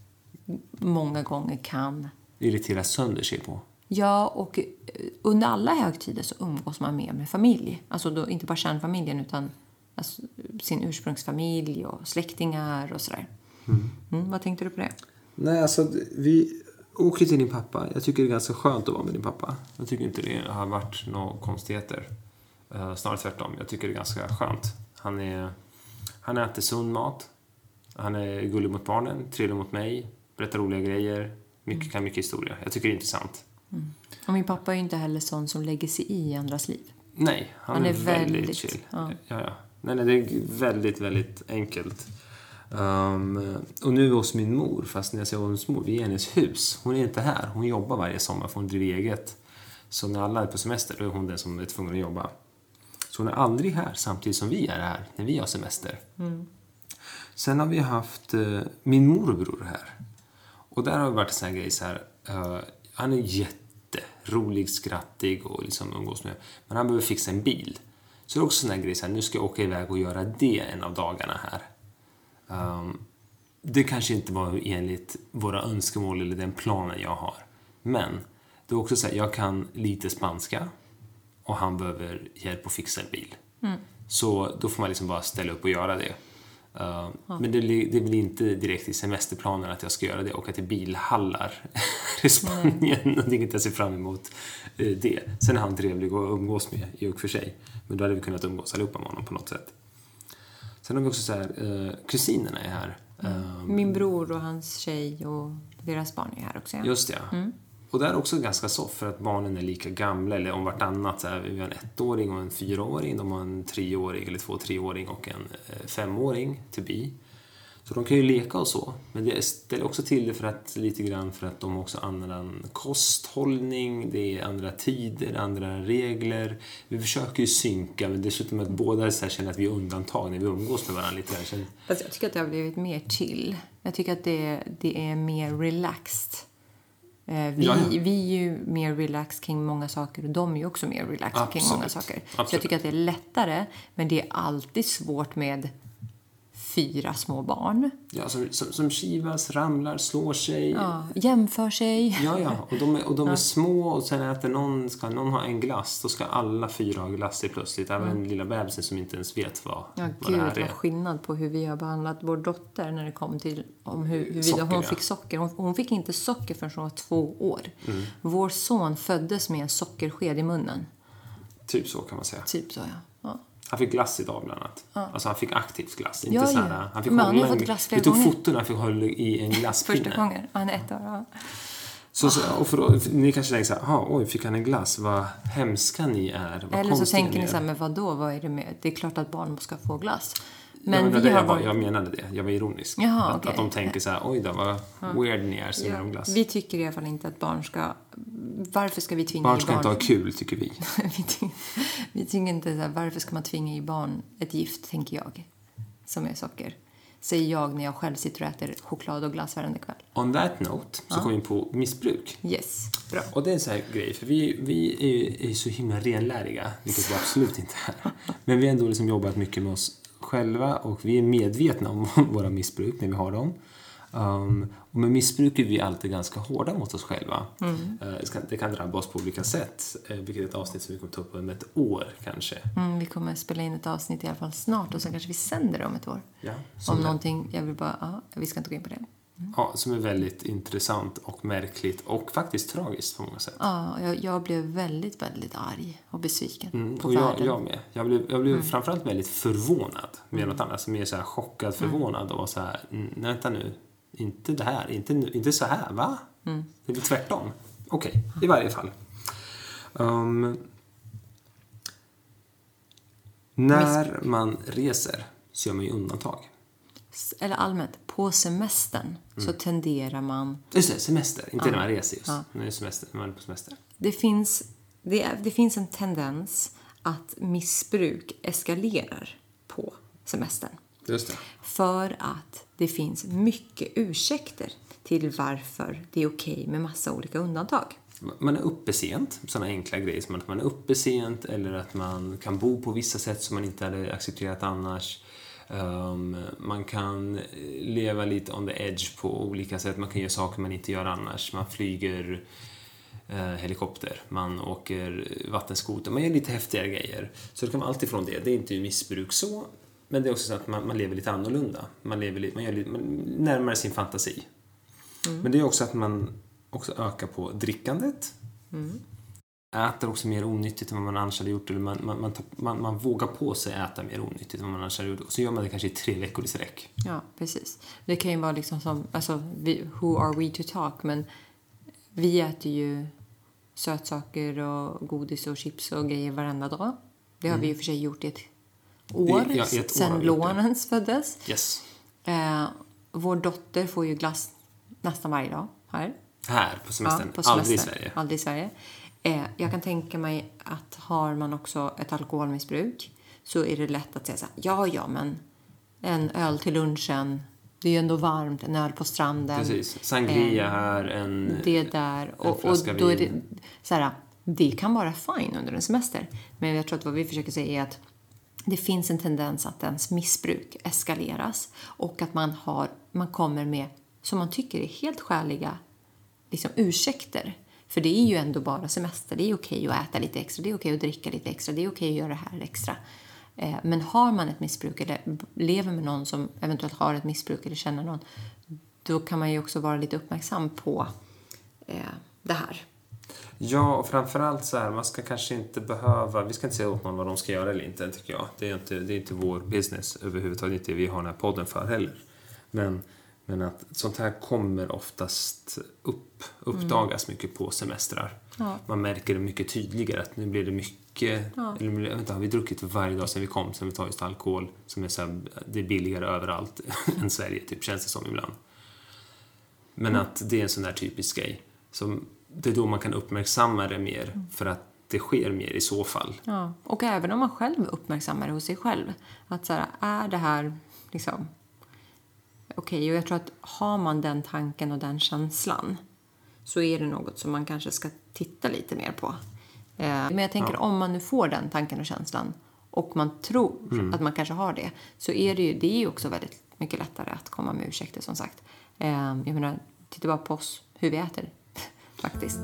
många gånger kan irritera sönder sig på. Ja, och under alla högtider så umgås man mer med familj. Alltså då, inte bara kärnfamiljen utan alltså, sin ursprungsfamilj och släktingar och sådär. Mm. Mm, vad tänkte du på det? Nej, alltså vi åker till din pappa. Jag tycker det är ganska skönt att vara med din pappa. Jag tycker inte det har varit några konstigheter. Uh, snarare tvärtom. Jag tycker det är ganska skönt. Han, är, han äter sund mat. Han är gullig mot barnen, trevlig mot mig, berättar roliga grejer. Mycket kan mycket historia. Jag tycker det är intressant. Mm. Och min pappa är ju inte heller sån som lägger sig i andras liv. Nej, han, han är, är väldigt, väldigt chill. Ja. Ja, ja. Nej, nej, det är väldigt, väldigt enkelt. Um, och nu hos min mor, fast när jag säger hos mor, vi är i hennes hus. Hon är inte här. Hon jobbar varje sommar för hon driver eget. Så när alla är på semester, då är hon den som är tvungen att jobba. Så hon är aldrig här samtidigt som vi är här när vi har semester. Mm. Sen har vi haft uh, min morbror här. Och där har det varit en sån här grej så här. Uh, han är jätterolig, skrattig och liksom umgås med. Men han behöver fixa en bil. Så det är också en sån här grej så här. Nu ska jag åka iväg och göra det en av dagarna här. Um, det kanske inte var enligt våra önskemål eller den planen jag har. Men det är också så här. Jag kan lite spanska. Och han behöver hjälp att fixa en bil. Mm. Så då får man liksom bara ställa upp och göra det. Uh, ja. Men det, det blir inte direkt i semesterplanen att jag ska göra det. Åka till bilhallar i Spanien. Mm. Det är inte jag ser fram emot uh, det. Sen är han trevlig att umgås med i och för sig. Men då hade vi kunnat umgås allihopa med honom på något sätt. Sen har vi också så här, uh, kusinerna är här. Mm. Um, Min bror och hans tjej och deras barn är här också. Ja. Just det, ja. Mm. Och det är också ganska så för att barnen är lika gamla eller om vartannat så här, vi har en ettåring och en fyraåring, de har en treåring eller två treåring och en eh, femåring till bi. Så de kan ju leka och så, men det ställer också till det för att lite grann för att de också använder en kosthållning, det är andra tider, andra regler. Vi försöker ju synka, men dessutom att båda så här känner att vi är undantag när vi umgås med varandra lite. Här. Fast jag tycker att det har blivit mer chill. Jag tycker att det, det är mer relaxed. Vi, ja, ja. vi är ju mer relaxed kring många saker och de är ju också mer relaxed Absolut. kring många saker. Absolut. Så jag tycker att det är lättare, men det är alltid svårt med fyra små barn. Ja, som, som, som kivas, ramlar, slår sig. Ja, jämför sig. Ja, ja. Och de är, och de är ja. små och sen äter någon, ska någon ha en glass, då ska alla fyra ha glass i plötsligt. Även mm. den lilla bebisen som inte ens vet vad, ja, vad Gud, det här är. Ja, skillnad på hur vi har behandlat vår dotter när det kom till om hur, hur socker, hon fick socker. Hon, hon fick inte socker förrän hon var två år. Mm. Vår son föddes med en sockersked i munnen. Typ så kan man säga. Typ så, ja. ja. Han fick glass idag bland annat. Ja. Alltså han fick aktivt glass. Inte ja, så här, ja. han fick Men hålla han har fått glass flera vi tog gånger. foton han fick hålla i en glasspinne. Första gången. Han är ett år, ja. Så, så, och för, för, ni kanske tänker så här, oj, fick han en glass? Vad hemska ni är. Vad Eller så tänker ni ni så här, men vadå? Vad är det med? Det är klart att barn ska få glass. Men ja, vi har jag, varit... jag menade det. Jag var ironisk. Jaha, att, okay. att de tänker så här, oj då, vad ja. weird ni är som ja. är om glass. Vi tycker i alla fall inte att barn ska... Varför ska vi tvinga barn i ska barn... inte ha kul, tycker vi. vi, tycker... vi tycker inte så här, varför ska man tvinga i barn ett gift, tänker jag. Som är socker. Säger jag när jag själv sitter och äter choklad och glass varenda kväll. On that note så ja. kommer vi in på missbruk. Yes, bra. Och det är en sån här grej, för vi, vi är ju så himla renläriga, vilket vi absolut inte är. Men vi har ändå liksom jobbat mycket med oss själva och vi är medvetna om våra missbruk när vi har dem. Um, och med missbruk är vi alltid ganska hårda mot oss själva. Mm. Uh, det, kan, det kan drabba oss på olika sätt, uh, vilket är ett avsnitt som vi kommer ta upp om ett år kanske. Mm, vi kommer spela in ett avsnitt i alla fall snart och sen kanske vi sänder det om ett år. Ja, om det. Någonting, jag vill bara, ja, vi ska inte gå in på det. Mm. Ja, som är väldigt intressant och märkligt och faktiskt tragiskt på många sätt. Ja, jag, jag blev väldigt, väldigt arg och besviken mm, på och världen. Jag, jag med. Jag blev, jag blev mm. framförallt väldigt förvånad med mm. något annat. Som är så här chockad, förvånad och så här, nej, vänta nu. Inte det här, inte, inte så här, va? Mm. Det blir tvärtom. okej, okay. I varje fall. Um, när man reser så gör man ju undantag. Eller allmänt, på semestern mm. så tenderar man... Just det, semester. Inte ja. när man reser just. Ja. När det är semester, när man är på semester. Det finns, det, är, det finns en tendens att missbruk eskalerar på semestern. Just det. För att det finns mycket ursäkter till varför det är okej med massa olika undantag. Man är uppe sent, sådana enkla grejer som att man är uppe sent eller att man kan bo på vissa sätt som man inte hade accepterat annars. Um, man kan leva lite on the edge på olika sätt. Man kan göra saker man inte gör annars. Man flyger uh, helikopter, man åker vattenskoter, man gör lite häftigare grejer. Så det kan vara allt ifrån det. Det är inte missbruk så, men det är också så att man, man lever lite annorlunda. Man, lever lite, man, gör lite, man närmar sin fantasi. Mm. Men det är också att man också ökar på drickandet. Mm. Äter också mer onyttigt än vad man annars hade gjort. Eller man, man, man, tar, man, man vågar på sig äta mer onyttigt än vad man annars hade gjort. Och så gör man det kanske i tre veckor i sträck. Ja, precis. Det kan ju vara liksom som, alltså, vi, who are we to talk? Men vi äter ju sötsaker och godis och chips och grejer varenda dag. Det har mm. vi ju för sig gjort i ett år. I, ja, i ett sen Lånens föddes. Yes. Eh, vår dotter får ju glass nästan varje dag här. Här på semestern? Ja, på semester. Aldrig i Sverige? Aldrig i Sverige. Eh, jag kan tänka mig att har man också ett alkoholmissbruk så är det lätt att säga så här, ja, ja, men en öl till lunchen, det är ju ändå varmt, en öl på stranden. Precis, sangria eh, här, en det där. Och, och då är det så här, det kan vara fine under en semester. Men jag tror att vad vi försöker säga är att det finns en tendens att ens missbruk eskaleras och att man, har, man kommer med, som man tycker är helt skäliga liksom, ursäkter. För det är ju ändå bara semester. Det är okej att äta lite extra. Det är okej att dricka lite extra. Det är okej att göra det här extra. Eh, men har man ett missbruk eller lever med någon som eventuellt har ett missbruk eller känner någon, då kan man ju också vara lite uppmärksam på eh, det här. Ja, och framförallt så här, man ska kanske inte behöva, vi ska inte säga åt någon vad de ska göra eller inte, tycker jag. Det är inte, det är inte vår business överhuvudtaget, inte vi har den här podden för heller. Men Men att sånt här kommer oftast upp, uppdagas mm. mycket på semestrar. Ja. Man märker det mycket tydligare att nu blir det mycket, ja. eller vänta, har vi druckit varje dag sedan vi kom, sen vi tar just alkohol som är så här, det är billigare överallt än Sverige, typ, känns det som ibland. Men mm. att det är en sån där typisk grej. Som, det är då man kan uppmärksamma det mer mm. för att det sker mer i så fall. Ja. Och även om man själv uppmärksammar det hos sig själv. Att så här, är det här liksom... Okej, okay, och jag tror att har man den tanken och den känslan så är det något som man kanske ska titta lite mer på. Eh, men jag tänker ja. om man nu får den tanken och känslan och man tror mm. att man kanske har det, så är det ju, det är ju också väldigt mycket lättare att komma med ursäkter, som sagt. Eh, jag menar, titta bara på oss, hur vi äter faktiskt.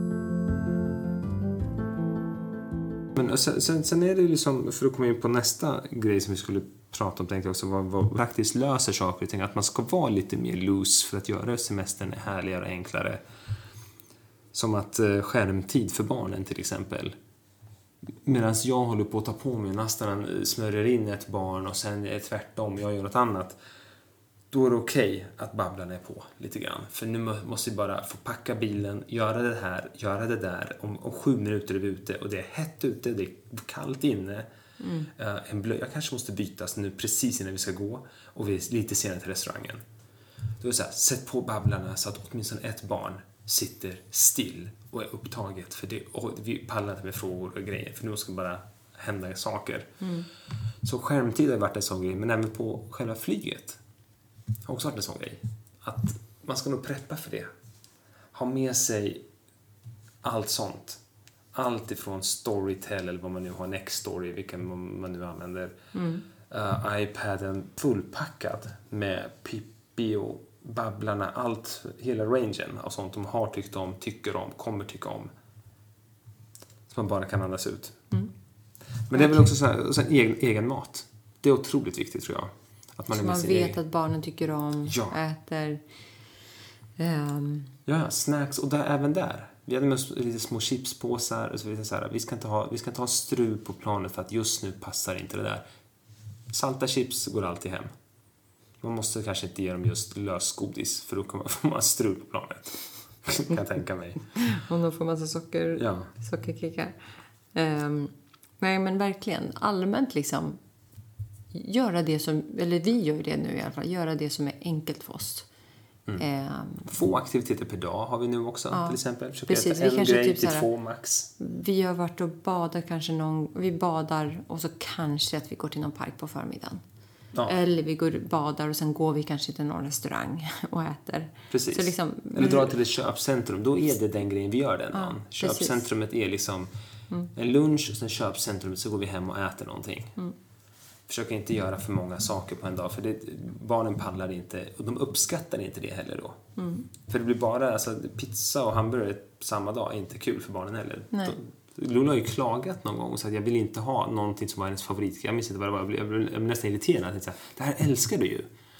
Men sen, sen, sen är det ju liksom, för att komma in på nästa grej som vi skulle prata om, tänkte jag också, vad, vad faktiskt löser saker och ting. Att man ska vara lite mer loose för att göra semestern härligare och enklare. Som att eh, skärmtid för barnen till exempel. Medan jag håller på att ta på mig nästan smörjer in ett barn och sen är tvärtom, jag gör något annat. Då är det okej okay att babblarna är på lite grann. För nu måste vi bara få packa bilen, göra det här, göra det där. Om, om sju minuter är vi ute och det är hett ute, det är kallt inne. Mm. Uh, en blö- jag kanske måste bytas nu precis innan vi ska gå. Och vi är lite senare till restaurangen. Då är det så här, sätt på babblarna så att åtminstone ett barn sitter still och är upptaget. För det, och vi pallar inte med frågor och grejer. För nu ska bara hända saker. Mm. Så skärmtid har varit en sån grej. Men även på själva flyget har också varit en sån grej. Att man ska nog preppa för det. Ha med sig allt sånt. Allt ifrån Storytel eller vad man nu har, Nextory, vilken man nu använder. Mm. Uh, iPaden fullpackad med Pippi och babblarna. Allt, hela rangen av sånt de har tyckt om, tycker om, kommer tycka om. Så man bara kan andas ut. Mm. Men det är väl också så här, så här, egen, egen mat. Det är otroligt viktigt, tror jag. Att man, så man vet egen... att barnen tycker om, ja. äter. Um... Ja, snacks. Och där, även där. Vi hade med lite små chipspåsar. Och så vidare, så här, vi, ska inte ha, vi ska inte ha strul på planet för att just nu passar inte det där. Salta chips går alltid hem. Man måste kanske inte ge dem just lösgodis för då kommer man få strul på planet. kan jag tänka mig. Om de får massa socker, Ja. sockerkickar. Um, nej, men verkligen. Allmänt liksom göra det som, eller vi gör det nu i alla fall, göra det som är enkelt för oss. Mm. Um, Få aktiviteter per dag har vi nu också, ja, till exempel. Försöka precis, äta en vi grej typ till såhär, två max. Vi har varit och badat kanske någon, vi badar och så kanske att vi går till någon park på förmiddagen. Ja. Eller vi går och badar och sen går vi kanske till någon restaurang och äter. Precis. Så liksom, eller dra till ett köpcentrum. Då är det den grejen vi gör den ja, dagen. Köpcentrumet är liksom mm. en lunch och sen köpcentrumet så går vi hem och äter någonting. Mm. Försöka inte göra för många saker på en dag. För det, barnen pallar inte. Och de uppskattar inte det heller då. Mm. För det blir bara alltså, pizza och hamburgare samma dag är inte kul för barnen heller. Nej. Lula har ju klagat någon gång och sagt att jag vill inte ha någonting som var hennes favorit. Jag minns inte vad det var. Jag blev, jag blev nästan irriterad. Jag tänkte, det här älskar du ju.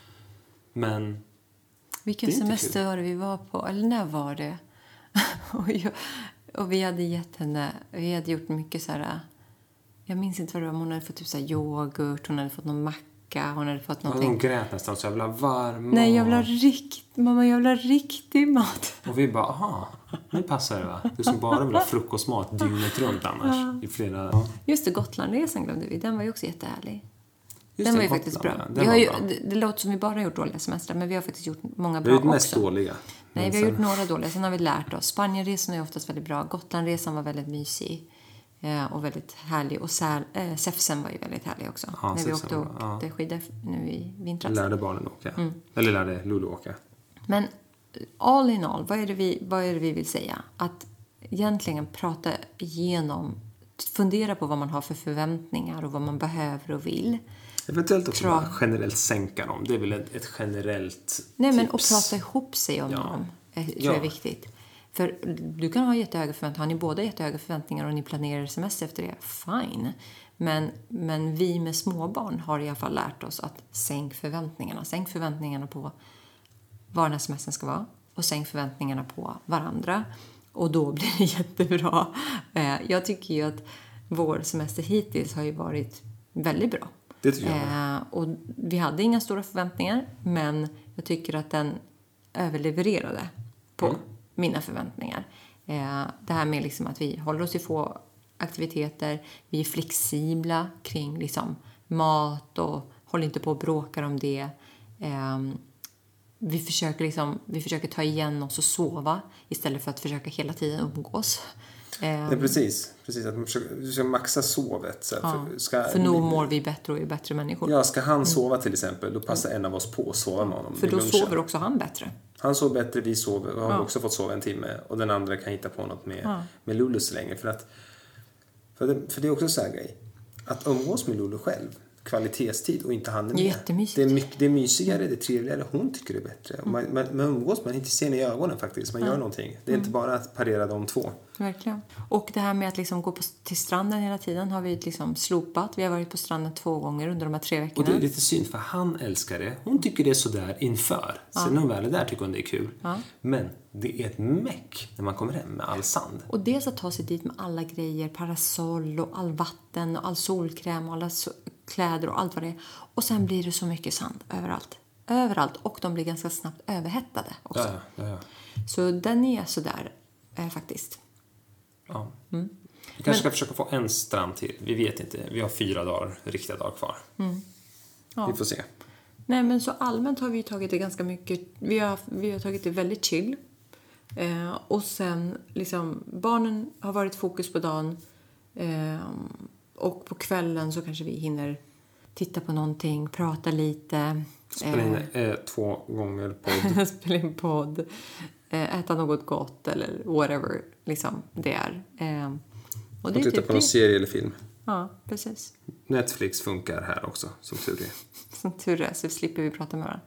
Men vilken semester var det vi var på? Eller när var det? och, jag, och vi hade gett henne, vi hade gjort mycket så här. Jag minns inte vad det var. Hon hade fått typ så här yoghurt, hon hade fått någon macka, hon hade fått någonting. Hon grät nästan så jag vill ha varm mat. Nej, jag vill ha rikt, mamma, jag vill ha riktig mat. Och vi bara, aha, nu passar det va? Du som bara vill ha frukostmat dygnet runt annars. Ja. I flera... Ja. Just det, Gotlandresan glömde vi. Den var ju också jättehärlig. Just den det, var ju Gotland, faktiskt bra. Ja. Vi har ju, det, det låter som vi bara har gjort dåliga semestrar, men vi har faktiskt gjort många bra också. Vi har gjort mest dåliga. Nej, vi har gjort några dåliga. Sen har vi lärt oss. Spanienresan är oftast väldigt bra. Gotlandresan var väldigt mysig. Och väldigt härlig. Och Säl, äh, Säfsen var ju väldigt härlig också. Ja, när vi Säfsen, åkte och ja. åkte skidor nu i vintras. Lärde barnen åka. Mm. Eller lärde Lulu åka. Men all in all, vad är, det vi, vad är det vi vill säga? Att egentligen prata igenom, fundera på vad man har för förväntningar och vad man behöver och vill. Eventuellt också Tra- generellt sänka dem. Det är väl ett, ett generellt Nej, men tips. Och prata ihop sig om ja. dem. Jag tror ja. jag är viktigt. För du kan ha jättehöga förväntningar. Har ni båda jättehöga förväntningar och ni planerar semester efter det, fine. Men, men vi med småbarn har i alla fall lärt oss att sänk förväntningarna. Sänk förväntningarna på vad den här semestern ska vara. Och sänk förväntningarna på varandra. Och då blir det jättebra. Jag tycker ju att vår semester hittills har ju varit väldigt bra. Det tycker jag. Eh, och vi hade inga stora förväntningar. Men jag tycker att den överlevererade på mm. mina förväntningar. Eh, det här med liksom att vi håller oss i få aktiviteter. Vi är flexibla kring liksom mat och håller inte på och bråkar om det. Eh, vi, försöker liksom, vi försöker ta igen oss och sova istället för att försöka hela tiden umgås. Eh, det precis. precis. Att man försöker, försöker maxa sovet. Så ja, för ska, för nog mår vi bättre och är bättre människor. Ja, ska han sova till exempel, då passar mm. en av oss på att sova med honom. För då sover också han bättre. Han sover bättre, vi sover. Och har ja. också fått sova en timme. Och den andra kan hitta på något med, ja. med Lulu så länge. För, att, för, det, för det är också så här grej. Att umgås med Lulu själv. Kvalitetstid och inte han är med. Jättemysigt. Det är, mycket, det är mysigare, det är trevligare. Hon tycker det är bättre. Mm. Man, man, man umgås, man inte ser i ögonen faktiskt. Man ja. gör någonting. Det är mm. inte bara att parera de två. Verkligen. Och det här med att liksom gå på, till stranden hela tiden har vi liksom slopat. Vi har varit på stranden två gånger under de här tre veckorna. Och det är lite synd för han älskar det. Hon tycker det är sådär inför. Ja. Sen när hon väl är där tycker hon det är kul. Ja. Men det är ett meck när man kommer hem med all sand. Och dels att ta sig dit med alla grejer. Parasoll och all vatten och all solkräm och alla so- kläder och allt vad det är. Och sen blir det så mycket sand överallt. Överallt. Och de blir ganska snabbt överhettade också. Ja, ja, ja. Så den är sådär eh, faktiskt. Ja. Mm. Vi kanske Men, ska försöka få en strand till. Vi vet inte. Vi har fyra dagar, riktiga dagar kvar. Mm. Ja. Vi får se. Nej, men så allmänt har vi tagit det ganska mycket. Vi har, vi har tagit det väldigt chill. Eh, och sen liksom barnen har varit fokus på dagen. Eh, och på kvällen så kanske vi hinner titta på någonting, prata lite. Spela in eh, två gånger podd. Spela in podd. Eh, äta något gott eller whatever liksom det är. Eh, och det och titta typ på någon det. serie eller film. Ja, precis. Netflix funkar här också, som tur är. Som tur är, så slipper vi prata med varandra.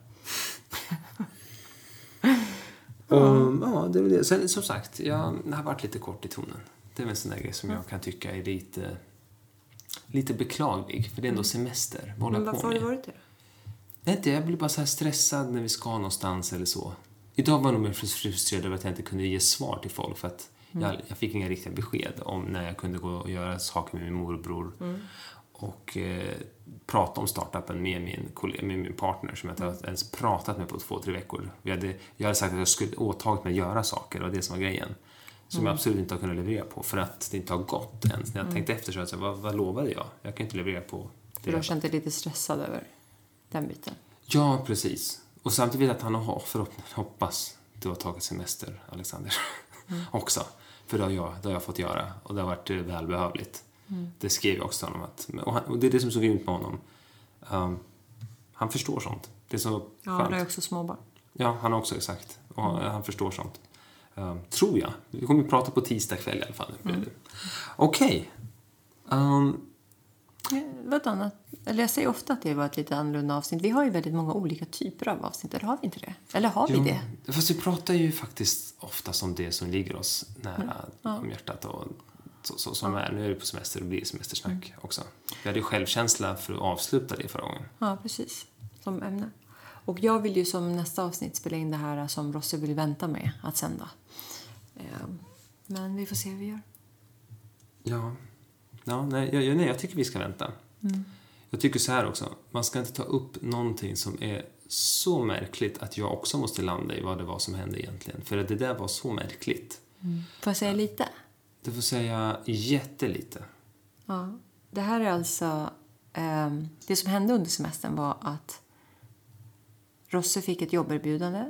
Och, ja, det är det. Sen, som sagt, jag har varit lite kort i tonen. Det är en sån där grej som jag kan tycka är lite, lite beklaglig. För det är ändå semester. Men varför har det varit det? Nej, inte. Jag blir bara så här stressad när vi ska någonstans eller så. Idag var jag nog mer frustrerad över att jag inte kunde ge svar till folk. För att mm. jag, jag fick inga riktiga besked om när jag kunde gå och göra saker med min morbror. Mm. och eh, prata om startupen med min, kollega, med min partner som jag inte mm. ens pratat med på två, tre veckor. Vi hade, jag hade sagt att jag skulle åtagit mig att göra saker, och det som var grejen. Som mm. jag absolut inte har kunnat leverera på för att det inte har gått ens. När jag mm. tänkte efter så att jag, vad, vad lovade jag? Jag kan inte leverera på det. För du har känt dig lite stressad över den biten. Ja, precis. Och samtidigt att han har förhoppningsvis hoppas du har tagit semester, Alexander. Mm. Också. För det har, jag, det har jag fått göra. Och det har varit välbehövligt. Mm. Det skrev jag också honom. Att, och, han, och det är det som är så grymt med honom. Um, han förstår sånt. Det är så skönt. Ja, han är också småbarn. Ja, han har också exakt. Och mm. han förstår sånt. Um, tror jag. Vi kommer att prata på tisdag kväll i alla fall. Mm. Okej. Okay. Um, Vad annat? Eller jag säger ofta att det var ett lite annorlunda avsnitt. Vi har ju väldigt många olika typer av avsnitt. Eller har vi inte det? Eller har jo, vi det? Fast vi pratar ju faktiskt ofta om det som ligger oss nära mm. ja. om hjärtat. Och så, så, som ja. är. Nu är det på semester och blir semestersnack mm. också. Vi hade ju självkänsla för att avsluta det förra gången. Ja, precis. Som ämne. Och jag vill ju som nästa avsnitt spela in det här som Rosse vill vänta med att sända. Men vi får se hur vi gör. Ja. Ja, nej, jag, nej, jag tycker vi ska vänta. Mm. Jag tycker så här också. Man ska inte ta upp någonting som är så märkligt att jag också måste landa i vad det var som hände egentligen. För det där var så märkligt. Mm. Får jag säga lite? Du får säga jättelite. Ja, det här är alltså... Eh, det som hände under semestern var att Rosse fick ett jobberbjudande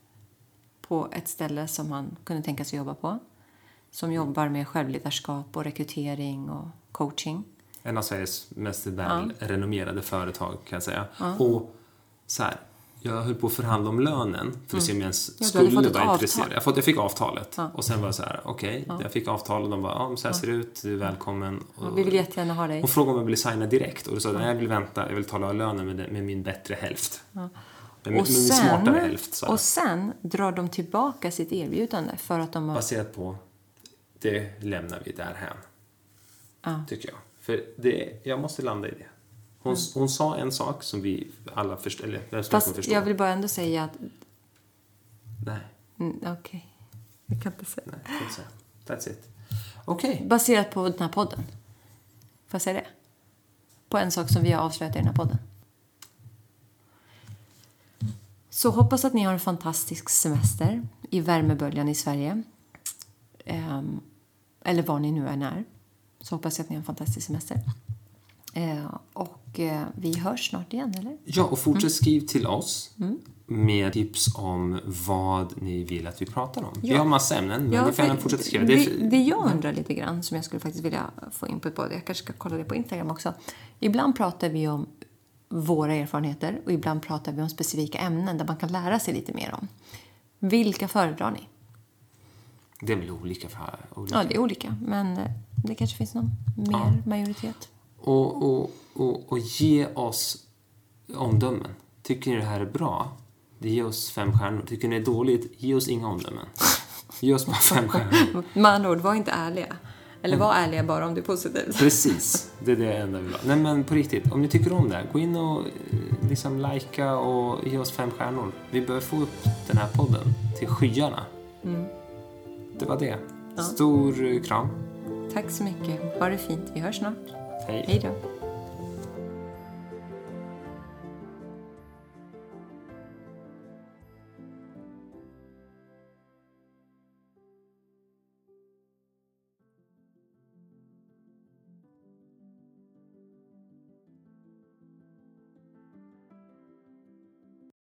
på ett ställe som han kunde tänka sig jobba på. Som jobbar med självledarskap och rekrytering och coaching. En av Sveriges mest väl ja. renommerade företag kan jag säga. Ja. Och så här, jag höll på att förhandla om lönen för att se om jag ens ja, skulle vara intresserad. Jag, fått, jag fick avtalet. Ja. Och sen var det så här, okej, okay, ja. jag fick avtal och de bara, ja, så här ser det ut, du är välkommen. Och, vi vill jättegärna ha dig. Och frågade om jag ville signa direkt. Och då sa jag, nej, jag vill vänta, jag vill tala lönen med, med min bättre hälft. Ja. Med, med och, min sen, smartare hälft. Så och sen drar de tillbaka sitt erbjudande för att de har... Baserat på, det lämnar vi därhän. Ja. Tycker jag. För det, jag måste landa i det. Hon, mm. hon sa en sak som vi alla förstår. Eller, Fast förstår. Jag vill bara ändå säga att... Nej. Mm, Okej. Okay. Jag kan inte säga. Nej, jag kan inte säga. That's it. Okej. Okay. Baserat på den här podden. Får jag säga det? På en sak som vi har avslöjat i den här podden. Så hoppas att ni har en fantastisk semester i värmeböljan i Sverige. Um, eller var ni nu än är. Så hoppas jag att ni har en fantastisk semester. Uh, och uh, vi hörs snart igen, eller? Ja, och fortsätt mm. skriv till oss mm. med tips om vad ni vill att vi pratar om. Ja. Vi har massa ämnen, men ja, ni får gärna fortsätta skriva. Det, det, är... det jag undrar lite grann, som jag skulle faktiskt vilja få input på det. Jag kanske ska kolla det på Instagram också. Ibland pratar vi om våra erfarenheter och ibland pratar vi om specifika ämnen där man kan lära sig lite mer om. Vilka föredrar ni? Det är väl olika för olika. Ja, det är olika. Men det kanske finns någon mer ja. majoritet. Och, och, och, och ge oss omdömen. Tycker ni det här är bra? Det ger oss fem stjärnor. Tycker ni det är dåligt? Ge oss inga omdömen. Ge oss bara fem stjärnor. Med andra ord, var inte ärliga. Eller var ärliga bara om det är positivt. Precis, det är det enda vi vill ha. Nej, men på riktigt, om ni tycker om det här, gå in och liksom likea och ge oss fem stjärnor. Vi behöver få upp den här podden till skyarna. Mm. Det var det. Ja. Stor kram. Tack så mycket. Ha det fint. Vi hörs snart. Hej. Hej då.